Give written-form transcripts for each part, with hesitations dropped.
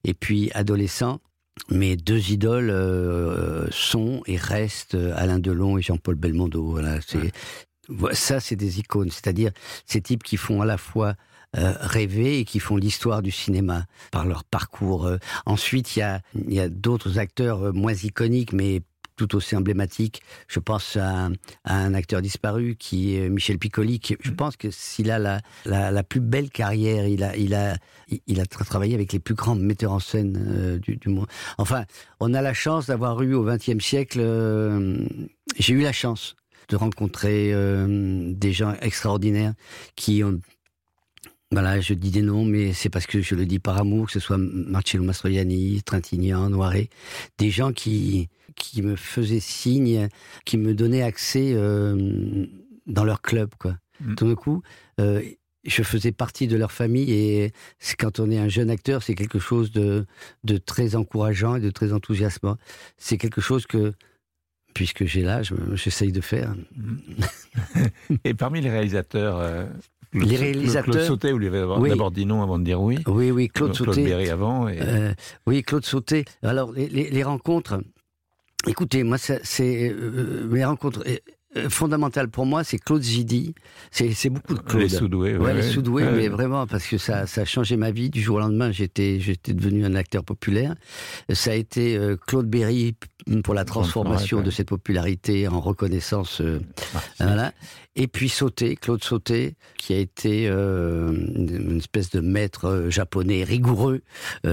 Et puis, adolescent, mes deux idoles sont et restent Alain Delon et Jean-Paul Belmondo. Voilà, ça, c'est des icônes. C'est-à-dire ces types qui font à la fois rêver et qui font l'histoire du cinéma par leur parcours. Ensuite, il y a d'autres acteurs moins iconiques, mais tout aussi emblématiques. Je pense à un acteur disparu qui est Michel Piccoli. Je pense que s'il a la plus belle carrière, il a travaillé avec les plus grands metteurs en scène du monde. Enfin, on a la chance d'avoir eu au XXe siècle. J'ai eu la chance de rencontrer des gens extraordinaires qui ont... Voilà, je dis des noms, mais c'est parce que je le dis par amour, que ce soit Marcello Mastroianni, Trintignant, Noiret, des gens qui me faisaient signe, qui me donnaient accès dans leur club, quoi. Tout d'un coup, je faisais partie de leur famille, et quand on est un jeune acteur, c'est quelque chose de très encourageant et de très enthousiasmant. C'est quelque chose que, puisque j'ai l'âge, j'essaye de faire. Et parmi les réalisateurs... Les réalisateurs... Claude Sautet, vous lui avez d'abord dit non avant de dire oui. Oui, Claude Sautet. Claude Berry avant. Oui, Claude Sautet. Alors, les rencontres... Écoutez, moi, c'est mes rencontres fondamentales pour moi, c'est Claude Zidi. C'est beaucoup de Claude. Les Sous-Doués. Les Sous-Doués, mais vraiment, parce que ça a changé ma vie. Du jour au lendemain, j'étais devenu un acteur populaire. Ça a été Claude Berry pour la transformation de cette popularité en reconnaissance. Voilà. Et puis Claude Sautet, qui a été une espèce de maître japonais rigoureux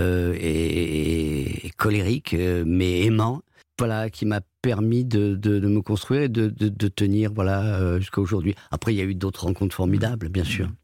et colérique, mais aimant. Voilà, qui m'a permis de me construire et de tenir jusqu'à aujourd'hui. Après, il y a eu d'autres rencontres formidables, bien sûr.